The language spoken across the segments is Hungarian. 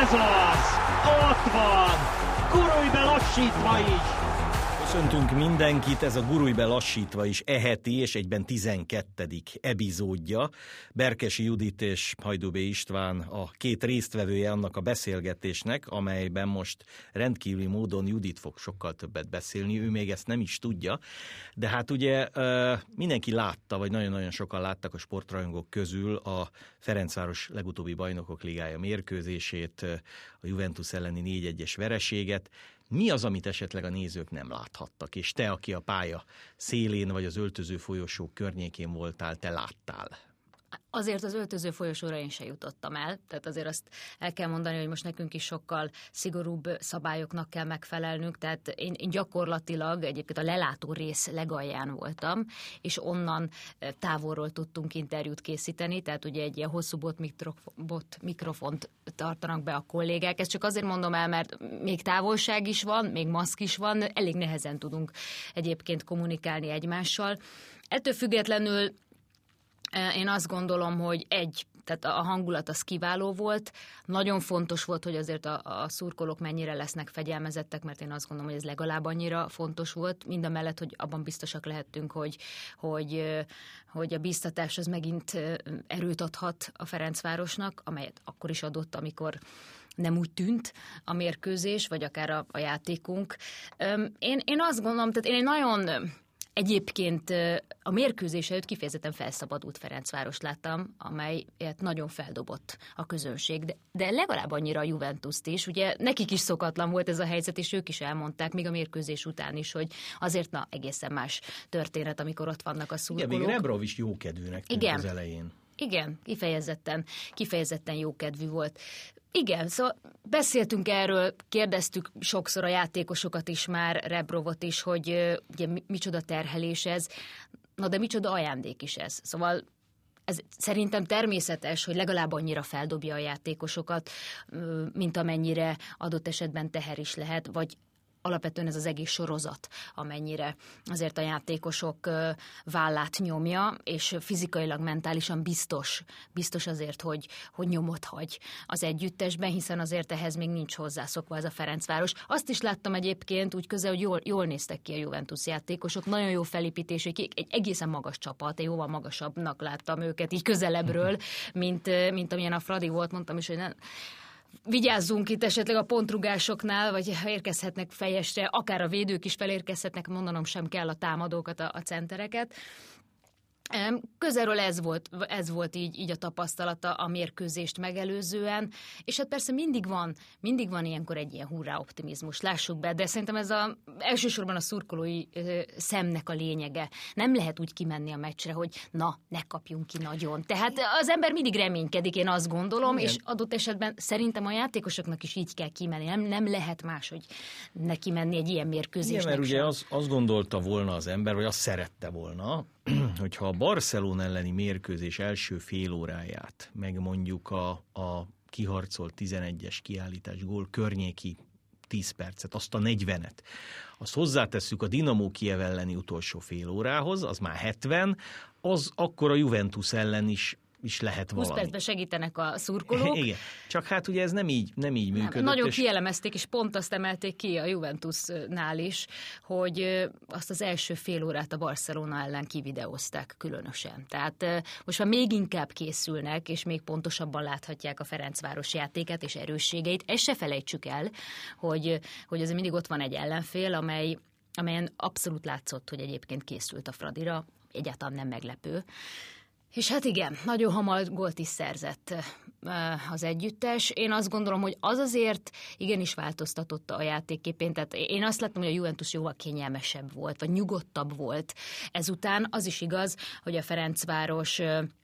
Ez az! Ott van! Gurulj lassítva is! Köszöntünk mindenkit, ez a Gurulj be lassítva is heti és egyben 12. epizódja. Berkesi Judit és Hajdú B. István a két résztvevője annak a beszélgetésnek, amelyben most rendkívüli módon Judit fog sokkal többet beszélni, ő még ezt nem is tudja, de hát ugye mindenki látta, vagy nagyon-nagyon sokan láttak a sportrajongók közül a Ferencváros legutóbbi Bajnokok Ligája mérkőzését, a Juventus elleni 4-1-es vereséget. Mi az, amit esetleg a nézők nem láthattak, és te, aki a pálya szélén vagy az öltöző folyosó környékén voltál, te láttál? Azért az öltöző folyosóra én se jutottam el, tehát azért azt el kell mondani, hogy most nekünk is sokkal szigorúbb szabályoknak kell megfelelnünk, tehát én gyakorlatilag egyébként a lelátó rész legalján voltam, és onnan távolról tudtunk interjút készíteni, tehát ugye egy ilyen hosszú bot mikrofont tartanak be a kollégák. Ezt csak azért mondom el, mert még távolság is van, még maszk is van, elég nehezen tudunk egyébként kommunikálni egymással. Ettől függetlenül én azt gondolom, hogy tehát a hangulat az kiváló volt. Nagyon fontos volt, hogy azért a szurkolók mennyire lesznek fegyelmezettek, mert én azt gondolom, hogy ez legalább annyira fontos volt. Mindamellett, hogy abban biztosak lehettünk, hogy a bíztatás az megint erőt adhat a Ferencvárosnak, amelyet akkor is adott, amikor nem úgy tűnt a mérkőzés, vagy akár a játékunk. Én azt gondolom, tehát én egy nagyon... Egyébként a mérkőzés előtt kifejezetten felszabadult Ferencvárost láttam, amelyet nagyon feldobott a közönség, de legalább annyira a Juventust is. Ugye nekik is szokatlan volt ez a helyzet, és ők is elmondták, még a mérkőzés után is, hogy azért egészen más történet, amikor ott vannak a szurkolók. Igen, még Rebrov is jókedvűnek tűnt az elején. Igen, kifejezetten jókedvű volt. Igen, szóval beszéltünk erről, kérdeztük sokszor a játékosokat is már, Rebrovot is, hogy ugye micsoda terhelés ez, na de micsoda ajándék is ez. Szóval ez szerintem természetes, hogy legalább annyira feldobja a játékosokat, mint amennyire adott esetben teher is lehet, vagy alapvetően ez az egész sorozat, amennyire azért a játékosok vállát nyomja, és fizikailag, mentálisan biztos azért, hogy nyomot hagy az együttesben, hiszen azért ehhez még nincs hozzászokva ez a Ferencváros. Azt is láttam egyébként úgy közel, hogy jól néztek ki a Juventus játékosok, nagyon jó felépítésük, egy egészen magas csapat, én jóval magasabbnak láttam őket így közelebbről, mint amilyen a Fradi volt, mondtam is, hogy nem. Vigyázzunk itt esetleg a pontrugásoknál, vagy érkezhetnek fejesre, akár a védők is felérkezhetnek, mondanom sem kell a támadókat, a centereket. Közelről ez volt így a tapasztalata a mérkőzést megelőzően, és hát persze mindig van ilyenkor egy ilyen hurrá optimizmus, lássuk be, de szerintem ez elsősorban a szurkolói szemnek a lényege. Nem lehet úgy kimenni a meccsre, hogy ne kapjunk ki nagyon. Tehát az ember mindig reménykedik, én azt gondolom, igen. És adott esetben szerintem a játékosoknak is így kell kimenni. Nem lehet máshogy neki menni egy ilyen mérkőzésnek. Igen, mert ugye azt gondolta volna az ember, vagy azt szerette volna, hogyha a Barcelona elleni mérkőzés első fél óráját, meg mondjuk a kiharcolt 11-es kiállítás gól környéki 10 percet, azt a 40-et, azt hozzátesszük a Dinamo Kijev elleni utolsó fél órához, az már 70, az akkor a Juventus ellen is lehet 20 valami. percben segítenek a szurkolók. Igen, csak hát ugye ez nem így működött. Nagyon kielemezték, és pont azt emelték ki a Juventusnál is, hogy azt az első fél órát a Barcelona ellen kivideózták különösen. Tehát most már még inkább készülnek, és még pontosabban láthatják a Ferencváros játékát és erősségeit. Ezt se felejtsük el, hogy azért mindig ott van egy ellenfél, amelyen abszolút látszott, hogy egyébként készült a Fradira, egyáltalán nem meglepő. És hát igen, nagyon hamar gólt is szerzett az együttes. Én azt gondolom, hogy az azért igenis változtatott a játékképén. Tehát én azt láttam, hogy a Juventus jóval kényelmesebb volt, vagy nyugodtabb volt. Ezután az is igaz, hogy a Ferencváros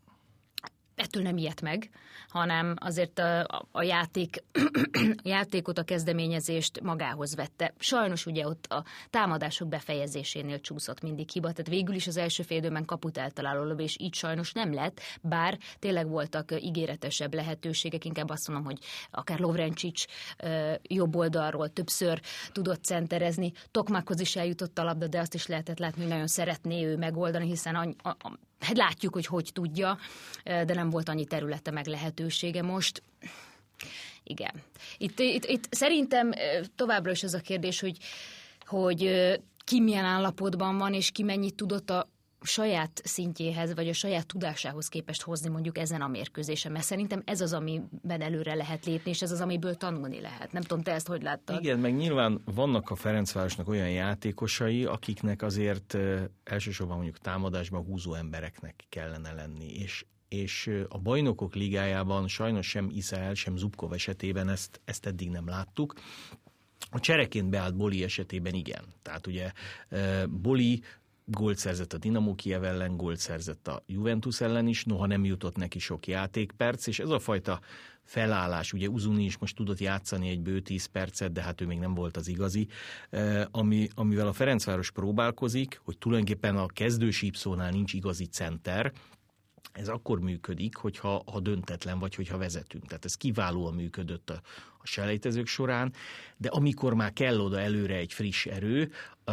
ettől nem ijedt meg, hanem azért a játékot, a kezdeményezést magához vette. Sajnos ugye ott a támadások befejezésénél csúszott mindig hiba, tehát végül is az első fél időben kaput eltaláló, és így sajnos nem lett, bár tényleg voltak ígéretesebb lehetőségek, inkább azt mondom, hogy akár Lovrencsics jobb oldalról többször tudott centerezni, Tokmakhoz is eljutott a labda, de azt is lehetett látni, hogy nagyon szeretné ő megoldani, hiszen hát látjuk, hogy tudja, de nem volt annyi területe meg lehetősége most. Igen. Itt szerintem továbbra is az a kérdés, hogy ki milyen állapotban van, és ki mennyit tudott a saját szintjéhez, vagy a saját tudásához képest hozni mondjuk ezen a mérkőzésen, mert szerintem ez az, amiben előre lehet lépni, és ez az, amiből tanulni lehet. Nem tudom, te ezt hogy láttad? Igen, meg nyilván vannak a Ferencvárosnak olyan játékosai, akiknek azért elsősorban mondjuk támadásban húzó embereknek kellene lenni, és a Bajnokok Ligájában sajnos sem Iszael, sem Zubkov esetében ezt eddig nem láttuk. A csereként beállt Boli esetében igen. Tehát ugye Boli gólt szerzett a Dinamo Kijev ellen, gólt szerzett a Juventus ellen is, noha nem jutott neki sok játékperc, és ez a fajta felállás, ugye Uzuni is most tudott játszani egy bő 10 percet, de hát ő még nem volt az igazi, amivel a Ferencváros próbálkozik, hogy tulajdonképpen a kezdősípszónál nincs igazi center. Ez akkor működik, hogyha döntetlen vagy, hogyha vezetünk. Tehát ez kiválóan működött a selejtezők során, de amikor már kell oda előre egy friss erő,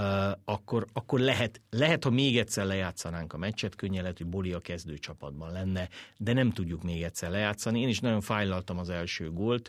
akkor lehet, ha még egyszer lejátszanánk a meccset, könnyen lehet, hogy Boli a kezdőcsapatban lenne, de nem tudjuk még egyszer lejátszani. Én is nagyon fájlaltam az első gólt,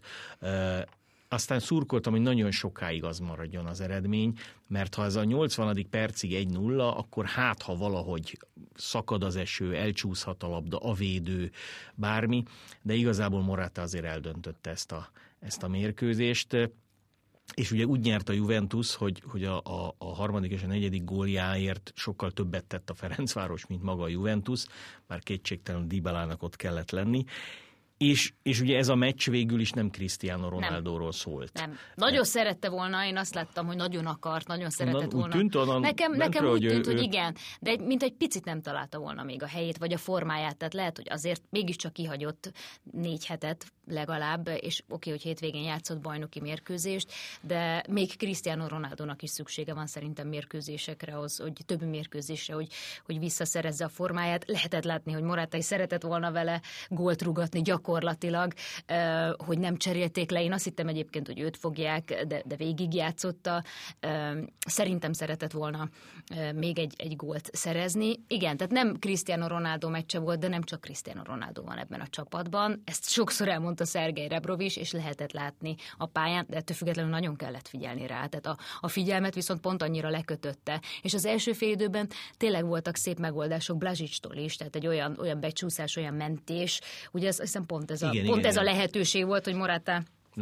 aztán szurkoltam, hogy nagyon sokáig az maradjon az eredmény, mert ha ez a 80. percig 1-0, akkor ha valahogy szakad az eső, elcsúszhat a labda, a védő, bármi, de igazából Morata azért eldöntötte ezt a mérkőzést. És ugye úgy nyert a Juventus, hogy a harmadik és a negyedik góljáért sokkal többet tett a Ferencváros, mint maga a Juventus, bár kétségtelenül Dybalának ott kellett lenni. És ugye ez a meccs végül is nem Cristiano Ronaldóról szólt. Nem. Nagyon szerette volna, én azt láttam, hogy nagyon akart, nagyon szeretett volna. Úgy tűnt, nekem úgy tűnt, hogy igen, de mint egy picit nem találta volna még a helyét, vagy a formáját, tehát lehet, hogy azért mégiscsak kihagyott 4 hetet legalább, és oké, hogy hétvégén játszott bajnoki mérkőzést, de még Cristiano Ronaldónak is szüksége van szerintem mérkőzésekre, hogy több mérkőzésre, hogy visszaszerezze a formáját. Lehetett látni, hogy Morata is szeretett volna vele gólt rúgatni gyakorlatilag, hogy nem cserélték le. Én azt hittem egyébként, hogy őt fogják, de végigjátszotta. Szerintem szeretett volna még egy gólt szerezni. Igen, tehát nem Cristiano Ronaldo meccse volt, de nem csak Cristiano Ronaldo van ebben a csapatban. Ezt sokszor elmondta Szergej Rebrov is, és lehetett látni a pályán, de ettől függetlenül nagyon kellett figyelni rá. Tehát a figyelmet viszont pont annyira lekötötte. És az első fél időben tényleg voltak szép megoldások Blazsicstól is, tehát egy olyan becsúszás, olyan mentés. Ugye azt hiszem pont ez a lehetőség volt, hogy Morata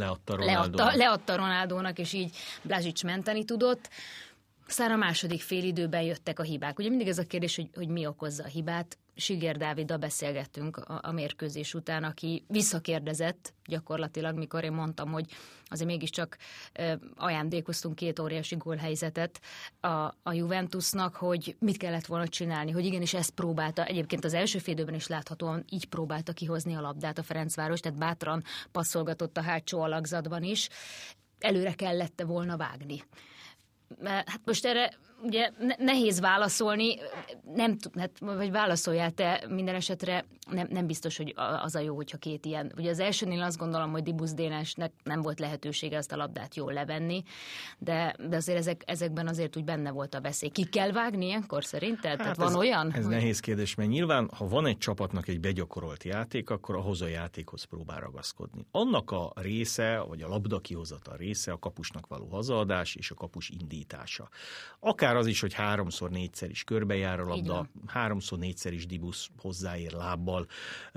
leadta Ronaldónak, és így Blazsics menteni tudott. Aztán a második fél időben jöttek a hibák. Ugye mindig ez a kérdés, hogy mi okozza a hibát. Siger Dáviddal beszélgettünk a mérkőzés után, aki visszakérdezett gyakorlatilag, mikor én mondtam, hogy azért mégiscsak ajándékoztunk 2 óriási gólhelyzetet a Juventusnak, hogy mit kellett volna csinálni, hogy igenis ezt próbálta. Egyébként az első fél időben is láthatóan így próbálta kihozni a labdát a Ferencváros, tehát bátran passzolgatott a hátsó alakzatban is. Előre kellett volna vágni. Hát most erre ugye nehéz válaszolni, vagy válaszoljál te, minden esetre nem biztos, hogy az a jó, hogyha 2 ilyen. Ugye az elsőnél azt gondolom, hogy Dibusz Dénesnek nem volt lehetősége azt a labdát jól levenni, de azért ezekben azért úgy benne volt a veszély. Ki kell vágni ilyenkor szerinted? Hát tehát van olyan? Ez nehéz kérdés, mert nyilván, ha van egy csapatnak egy begyakorolt játék, akkor ahhoz a játékhoz próbál ragaszkodni. Annak a része, vagy a labda kihozata része a kapusnak való hazaadás és a kapus indítása. Akár az is, hogy 3-4-szer is körbejár a labda, 3-4-szer is Dibusz hozzáér lábbal,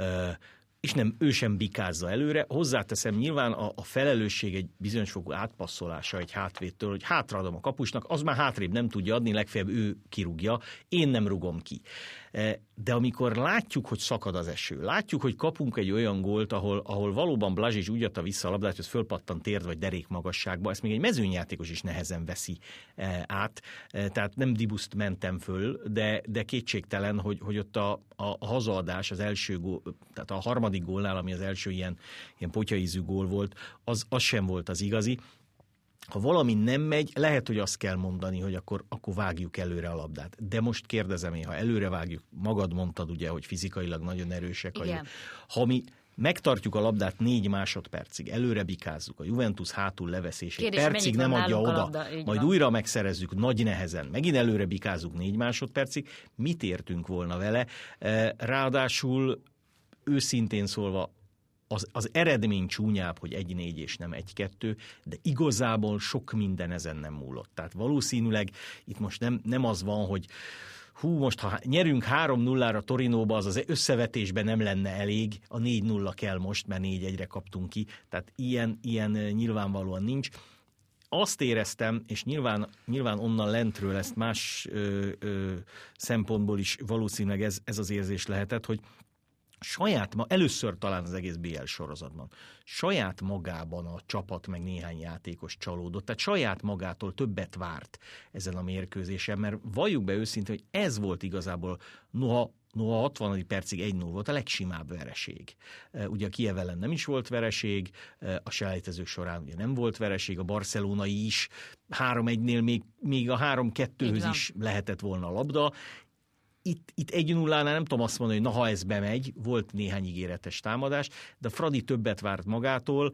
és ő sem bikázza előre. Hozzáteszem, nyilván a felelősség egy bizonyos fokú átpasszolása egy hátvédtől, hogy hátraadom a kapusnak, az már hátrébb nem tudja adni, legfeljebb ő kirúgja, én nem rugom ki. De amikor látjuk, hogy szakad az eső, látjuk, hogy kapunk egy olyan gólt, ahol valóban Blazsics úgy adta vissza a labdát, hogy fölpattan térd vagy derék magasságba, ezt még egy mezőnyjátékos is nehezen veszi át. Tehát nem Dibuszt mentem föl, de kétségtelen, hogy ott a hazaadás, az első gól, tehát a harmadik gólnál, ami az első ilyen potyaízű gól volt, az sem volt az igazi. Ha valami nem megy, lehet, hogy azt kell mondani, hogy akkor vágjuk előre a labdát. De most kérdezem én, ha előre vágjuk, magad mondtad ugye, hogy fizikailag nagyon erősek vagyunk. Ha mi megtartjuk a labdát 4 másodpercig, előre bikázzuk, a Juventus hátul leveszés, egy percig nem adja oda, labda, majd újra megszerezzük nagy nehezen, megint előre bikázzuk 4 másodpercig, mit értünk volna vele? Ráadásul őszintén szólva, az eredmény csúnyább, hogy 1-4 és nem 1-2, de igazából sok minden ezen nem múlott. Tehát valószínűleg itt most nem az van, hogy most ha nyerünk 3-0-ra Torinóba, az összevetésben nem lenne elég, a 4-0 kell most, mert 4-1-re kaptunk ki, tehát ilyen nyilvánvalóan nincs. Azt éreztem, és nyilván onnan lentről ezt más szempontból is valószínűleg ez az érzés lehetett, hogy először talán az egész BL sorozatban, saját magában a csapat meg néhány játékos csalódott, tehát saját magától többet várt ezen a mérkőzésen, mert valljuk be őszintén, hogy ez volt igazából, noha 60. percig 1-0 volt a legsimább vereség. Ugye a Kijev ellen nem is volt vereség, a selejtezők során ugye nem volt vereség, a barcelonai is 3-1-nél még a 3-2-höz is lehetett volna a labda. Itt 1-0-nál nem tudom azt mondani, hogy ha ez bemegy, volt néhány ígéretes támadás, de Fradi többet várt magától,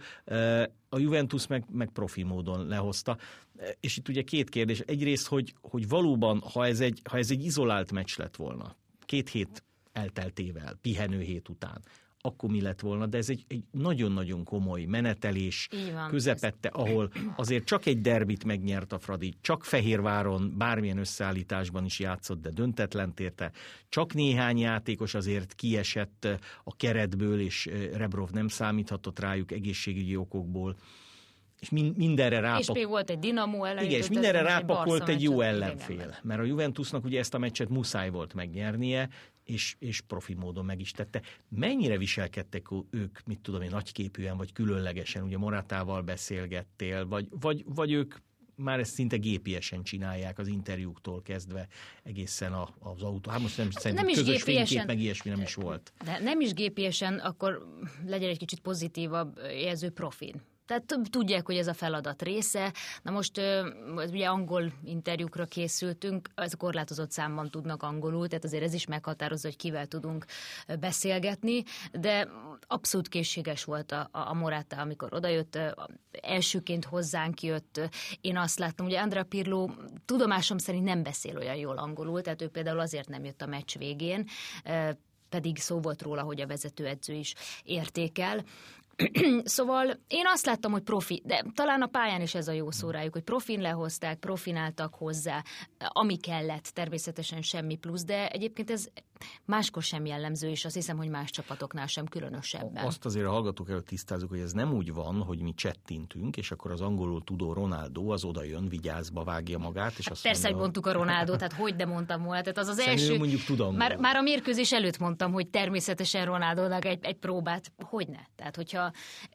a Juventus meg profi módon lehozta. És itt ugye két kérdés. Egyrészt, hogy valóban, ha ez egy izolált meccs lett volna, 2 hét elteltével, pihenőhét után, akkor mi lett volna, de ez egy nagyon-nagyon komoly menetelés közepette, ahol azért csak egy derbit megnyert a Fradi, csak Fehérváron bármilyen összeállításban is játszott, de döntetlent érte, csak néhány játékos azért kiesett a keretből, és Rebrov nem számíthatott rájuk egészségügyi okokból, és mindenre rápakolt. És még volt egy Dinamo ellen. Igen, és mindenre rápakolt egy jó ellenfél. Mert a Juventusnak ugye ezt a meccset muszáj volt megnyernie, és profi módon meg is tette. Mennyire viselkedtek ők, mit tudom én, nagyképűen, vagy különlegesen, ugye Moratával beszélgettél, vagy ők már ezt szinte gépiesen csinálják az interjúktól kezdve egészen az autó. Hát most nem is közös fénykép, meg ilyesmi nem is volt. De nem is gépiesen, akkor legyen egy kicsit pozitívabb jelző profin. Tehát tudják, hogy ez a feladat része. Na most ugye angol interjúkra készültünk, ez korlátozott számban tudnak angolul, tehát azért ez is meghatározza, hogy kivel tudunk beszélgetni, de abszolút készséges volt a Morata, amikor odajött, elsőként hozzánk jött. Én azt láttam, hogy Andrea Pirlo tudomásom szerint nem beszél olyan jól angolul, tehát ő például azért nem jött a meccs végén, pedig szó volt róla, hogy a vezetőedző is értékel. Szóval én azt láttam, hogy profi, de talán a pályán is ez a jó szó rájuk, hogy profin lehozták, profináltak hozzá, ami kellett, természetesen semmi plusz, de egyébként ez máskor sem jellemző, és azt hiszem, hogy más csapatoknál sem különösebben. Azt azért a hallgatók előtt tisztázzuk, hogy ez nem úgy van, hogy mi csettintünk, és akkor az angolul tudó Ronaldo az oda jön, vigyázba vágja magát, és azt persze, mondja, hogy mondtuk a Ronaldot, tehát hogy de mondtam volna, tehát az első, mondjuk tudom. Már a mérkőzés előtt mondtam, hogy természetesen Ronaldónak egy próbát, hogyne. Tehát, hogyha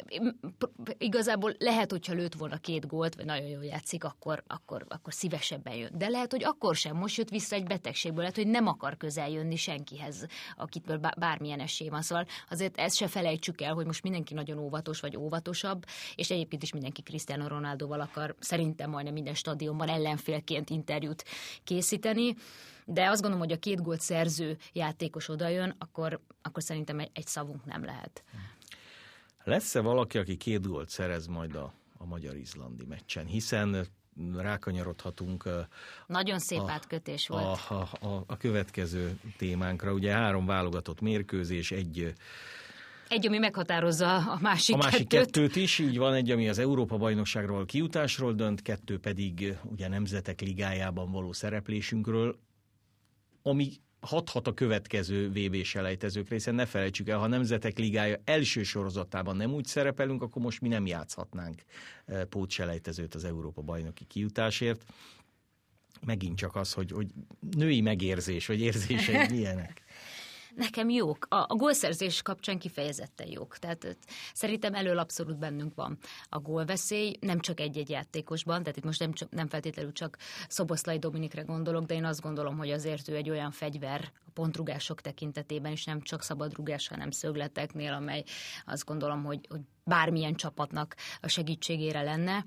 igazából lehet, hogyha lőtt volna 2 gólt, vagy nagyon jól játszik, akkor szívesebben jön. De lehet, hogy akkor sem, most jött vissza egy betegségből, lehet, hogy nem akar közel jönni senkihez, akitől bármilyen esély van. Szóval azért ezt se felejtsük el, hogy most mindenki nagyon óvatos vagy óvatosabb, és egyébként is mindenki Cristiano Ronaldoval akar szerintem majdnem minden stadionban ellenfélként interjút készíteni, de azt gondolom, hogy a 2 gólt szerző játékos odajön, akkor szerintem egy szavunk nem lehet. Lesz-e valaki, aki 2 gólt szerez majd a magyar-izlandi meccsen? Hiszen rákanyarodhatunk nagyon szép átkötés volt. A következő témánkra. Ugye 3 válogatott mérkőzés, egy, ami meghatározza a másik kettőt is, így van, egy, ami az Európa-bajnokságról kijutásról dönt, 2 pedig ugye Nemzetek Ligájában való szereplésünkről, ami hathat a következő VB-selejtezőkre, hiszen ne felejtsük el, ha a Nemzetek Ligája első sorozatában nem úgy szerepelünk, akkor most mi nem játszhatnánk pótselejtezőt az Európa-bajnoki kijutásért. Megint csak az, hogy női megérzés, vagy érzések milyenek. Nekem jók. A gólszerzés kapcsán kifejezetten jók. Tehát szerintem elől abszolút bennünk van a gólveszély, nem csak egy-egy játékosban, tehát itt most nem feltétlenül csak Szoboszlai Dominikre gondolok, de én azt gondolom, hogy azért ő egy olyan fegyver a pontrugások tekintetében is, nem csak szabadrugás, hanem szögleteknél, amely azt gondolom, hogy bármilyen csapatnak a segítségére lenne.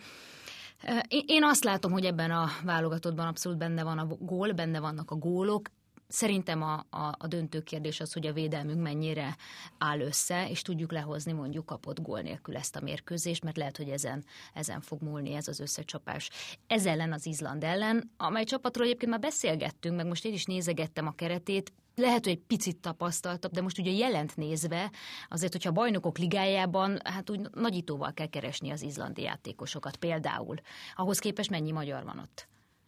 Én azt látom, hogy ebben a válogatottban abszolút benne van a gól, benne vannak a gólok. Szerintem a döntő kérdés az, hogy a védelmünk mennyire áll össze, és tudjuk lehozni mondjuk kapott gól nélkül ezt a mérkőzést, mert lehet, hogy ezen fog múlni ez az összecsapás. Ez ellen az Izland ellen, amely csapatról egyébként már beszélgettünk, meg most én is nézegettem a keretét, lehet, hogy egy picit tapasztaltabb, de most ugye jelent nézve, azért, hogyha a bajnokok ligájában, hát úgy nagyítóval kell keresni az izlandi játékosokat például. Ahhoz képest mennyi magyar van ott?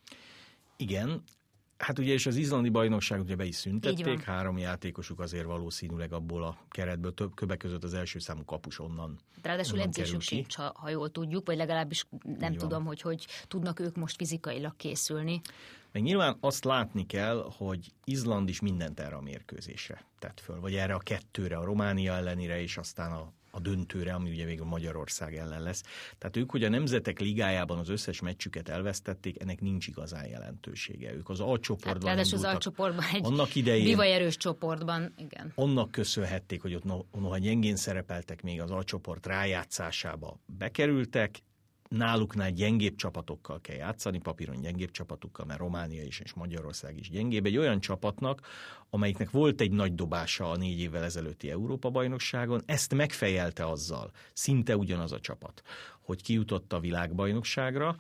Igen, hát ugye és az izlandi bajnokság ugye be is szüntették, 3 játékosuk azért valószínűleg abból a keretből, többek között az első számú kapus onnan. Ráadásul edzésük sincs, ha jól tudjuk, vagy legalábbis nem tudom, hogy tudnak ők most fizikailag készülni. Meg nyilván azt látni kell, hogy Izland is mindent erre a mérkőzésre tett föl, vagy erre a 2-re, a Románia ellenére, és aztán a döntőre, ami ugye végül Magyarország ellen lesz. Tehát ők, hogy a Nemzetek Ligájában az összes meccsüket elvesztették, ennek nincs igazán jelentősége. Ők az A-csoportban ráadásul az A-csoportban egy annak idején bivajerős csoportban, igen. Annak köszönhették, hogy ott noha gyengén szerepeltek, még az A-csoport rájátszásába bekerültek, náluknál gyengébb csapatokkal kell játszani, papíron gyengébb csapatokkal, mert Románia is és Magyarország is gyengébb. Egy olyan csapatnak, amelyiknek volt egy nagy dobása a 4 évvel ezelőtti Európa-bajnokságon, ezt megfejelte azzal, szinte ugyanaz a csapat, hogy kijutott a világbajnokságra.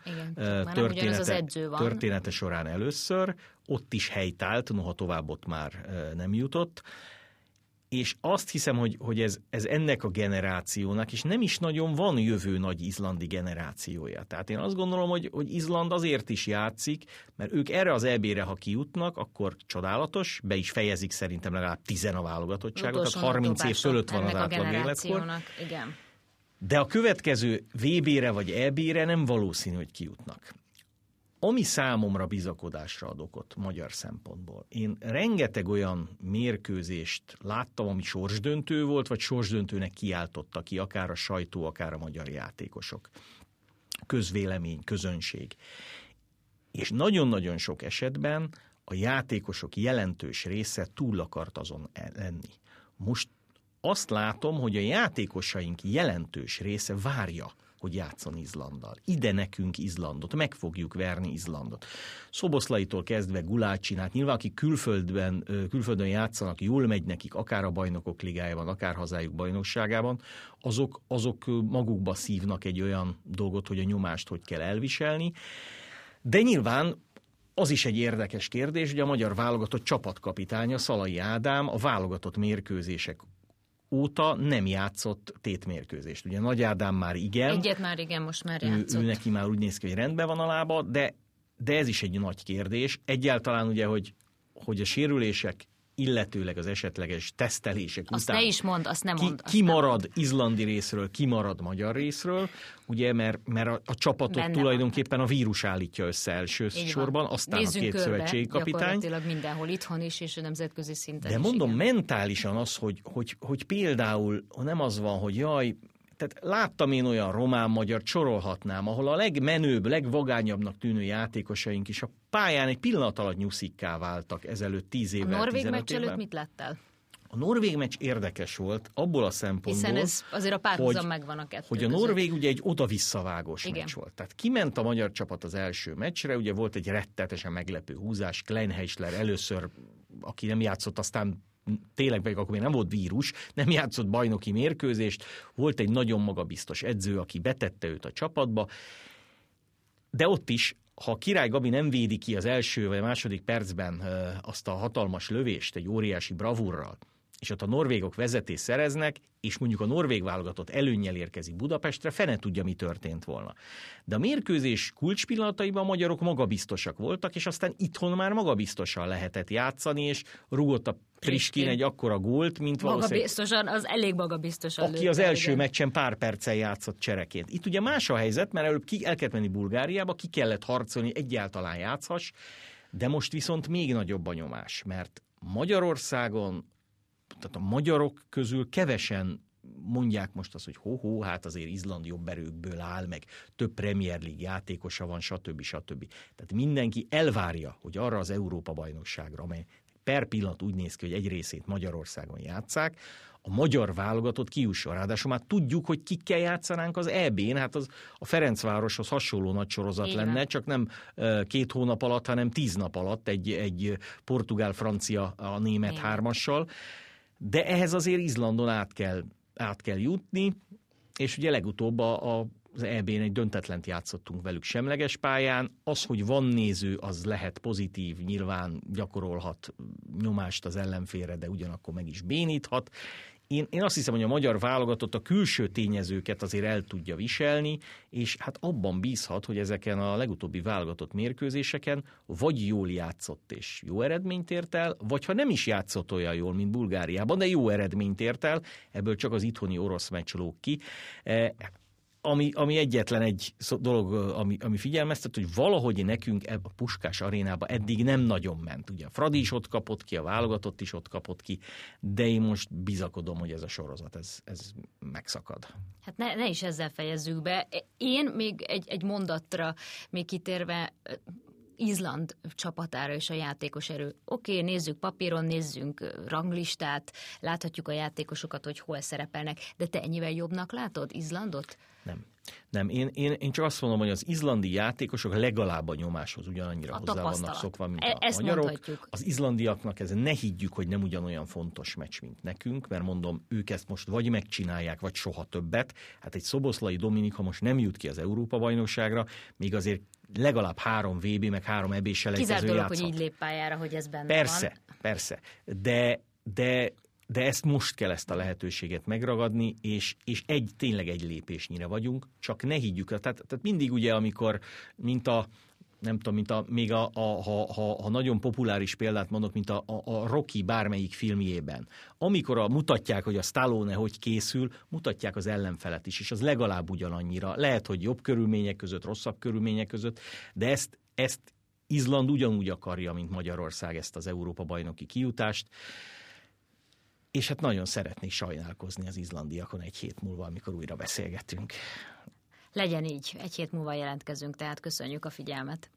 Igen, története során először, ott is helytált, noha tovább ott már nem jutott. És azt hiszem, hogy ez ennek a generációnak, és nem is nagyon van jövő nagy izlandi generációja. Tehát én azt gondolom, hogy Izland azért is játszik, mert ők erre az EB-re, ha kijutnak, akkor csodálatos, be is fejezik szerintem legalább 10 a válogatottságot, tehát 30 év fölött van az átlag életkor. Igen. De a következő VB-re vagy EB-re nem valószínű, hogy kijutnak. Ami számomra bizakodásra ad okot magyar szempontból. Én rengeteg olyan mérkőzést láttam, ami sorsdöntő volt, vagy sorsdöntőnek kiáltotta ki, akár a sajtó, akár a magyar játékosok. Közvélemény, közönség. És nagyon-nagyon sok esetben a játékosok jelentős része túl akart azon lenni. Most azt látom, hogy a játékosaink jelentős része várja, hogy játszon Izlanddal. Ide nekünk Izlandot, meg fogjuk verni Izlandot. Szoboszlaitól kezdve Gulácsinát, nyilván akik külföldön játszanak, jól megy nekik, akár a Bajnokok Ligájában, akár hazájuk bajnokságában, azok magukba szívnak egy olyan dolgot, hogy a nyomást hogy kell elviselni. De nyilván az is egy érdekes kérdés, hogy a magyar válogatott csapatkapitánya, Szalai Ádám a válogatott mérkőzések óta nem játszott tétmérkőzést. Ugye Nagy Ádám már igen. Egyet már igen, most már játszott. Ő neki már úgy néz ki, hogy rendben van a lába, de ez is egy nagy kérdés. Egyáltalán ugye, hogy a sérülések, illetőleg az esetleges tesztelések azt után... ne is mondd, azt nem mondd. Ki marad izlandi részről, ki marad magyar részről, ugye, mert a csapatot benne tulajdonképpen a vírus állítja össze elsősorban, aztán nézzünk a 2 szövetségi kapitány. Gyakorlatilag mindenhol itthon is, és a nemzetközi szinten de is. De mondom, igen. mentálisan az, hogy például nem az van, hogy jaj, tehát láttam én olyan román-magyar, sorolhatnám, ahol a legmenőbb, legvagányabbnak tűnő játékosaink is a pályán egy pillanat alatt nyuszikká váltak ezelőtt 10 évvel, 15 évvel. A norvég meccs előtt mit láttál? A norvég meccs érdekes volt abból a szempontból, hiszen ez azért a párhuzam megvan a kettő hogy a norvég ugye egy oda-visszavágós meccs volt. Tehát kiment a magyar csapat az első meccsre, ugye volt egy rettetesen meglepő húzás, Kleinheisler először, aki nem játszott, aztán tényleg pedig akkor még nem volt vírus, nem játszott bajnoki mérkőzést, volt egy nagyon magabiztos edző, aki betette őt a csapatba, de ott is, ha Király Gabi nem védi ki az első vagy második percben azt a hatalmas lövést egy óriási bravúrral, és ott a norvégok vezetést szereznek, és mondjuk a norvég válogatott előnnyel érkezik Budapestre, fene tudja, mi történt volna. De a mérkőzés kulcspillanataiban a magyarok magabiztosak voltak, és aztán itthon már magabiztosan lehetett játszani, és rúgott a Priskin egy akkora gólt, mint valószínűleg... Magabiztosan, az elég magabiztosan. Aki az első meccsen pár perccel játszott csereként. Itt ugye más a helyzet, mert előbb el kellett menni Bulgáriába, ki kellett harcolni, egyáltalán játszhass, de most viszont még nagyobb a nyomás, mert Magyarországon, tehát a magyarok közül kevesen mondják most azt, hogy hát azért Izland jobb erőkből áll, meg több Premier League játékosa van, stb. Tehát mindenki elvárja, hogy arra az Európa-bajnokságra, amely per pillanat úgy néz ki, hogy egy részét Magyarországon játsszák, a magyar válogatott kijusson. Ráadásul már tudjuk, hogy kikkel játszanánk az EB-n, hát az a Ferencvároshoz hasonló nagy sorozat igen. lenne, csak nem 2 hónap alatt, hanem 10 nap alatt egy portugál-francia a német igen. hármassal. De ehhez azért Izlandon át kell jutni, és ugye legutóbb a az EB-n egy döntetlent játszottunk velük semleges pályán. Az, hogy van néző, az lehet pozitív, nyilván gyakorolhat nyomást az ellenfélre, de ugyanakkor meg is béníthat. Én azt hiszem, hogy a magyar válogatott a külső tényezőket azért el tudja viselni, és hát abban bízhat, hogy ezeken a legutóbbi válogatott mérkőzéseken vagy jól játszott és jó eredményt ért el, vagy ha nem is játszott olyan jól, mint Bulgáriában, de jó eredményt ért el, ebből csak az itthoni orosz meccs lóg ki. Ami egyetlen egy dolog, ami figyelmeztet, hogy valahogy nekünk ebbe a Puskás arénába eddig nem nagyon ment. Ugye a Fradi is ott kapott ki, a válogatott is ott kapott ki, de én most bizakodom, hogy ez a sorozat, ez megszakad. Hát ne is ezzel fejezzük be. Én még egy mondatra még kitérve, Izland csapatára és a játékos erő. Oké, nézzük papíron, nézzünk ranglistát, láthatjuk a játékosokat, hogy hol szerepelnek, de te ennyivel jobbnak látod Izlandot? Nem. Én csak azt mondom, hogy az izlandi játékosok legalább a nyomáshoz ugyanannyira hozzá vannak szokva, mint a magyarok. Mondhatjuk. Az izlandiaknak ez ne higgyük, hogy nem ugyanolyan fontos meccs, mint nekünk, mert mondom, ők ezt most vagy megcsinálják, vagy soha többet. Hát egy Szoboszlai Dominik, ha most nem jut ki az Európa-bajnokságra, még azért legalább 3 VB, meg 3 EB-selejtező játszhat. Kizárt dolog, hogy így lép pályára, hogy ez benne van. Persze. De ezt most kell ezt a lehetőséget megragadni, és tényleg egy lépésnyire vagyunk, csak ne higgyük. Tehát mindig ugye, amikor, ha nagyon populáris példát mondok, mint a Rocky bármelyik filmjében, amikor mutatják, hogy a Stallone hogy készül, mutatják az ellenfelet is, és az legalább ugyanannyira. Lehet, hogy jobb körülmények között, rosszabb körülmények között, de ezt Izland ugyanúgy akarja, mint Magyarország ezt az Európa-bajnoki kijutást. És hát nagyon szeretnék sajnálkozni az izlandiakon egy hét múlva, amikor újra beszélgetünk. Legyen így, egy hét múlva jelentkezünk, tehát köszönjük a figyelmet.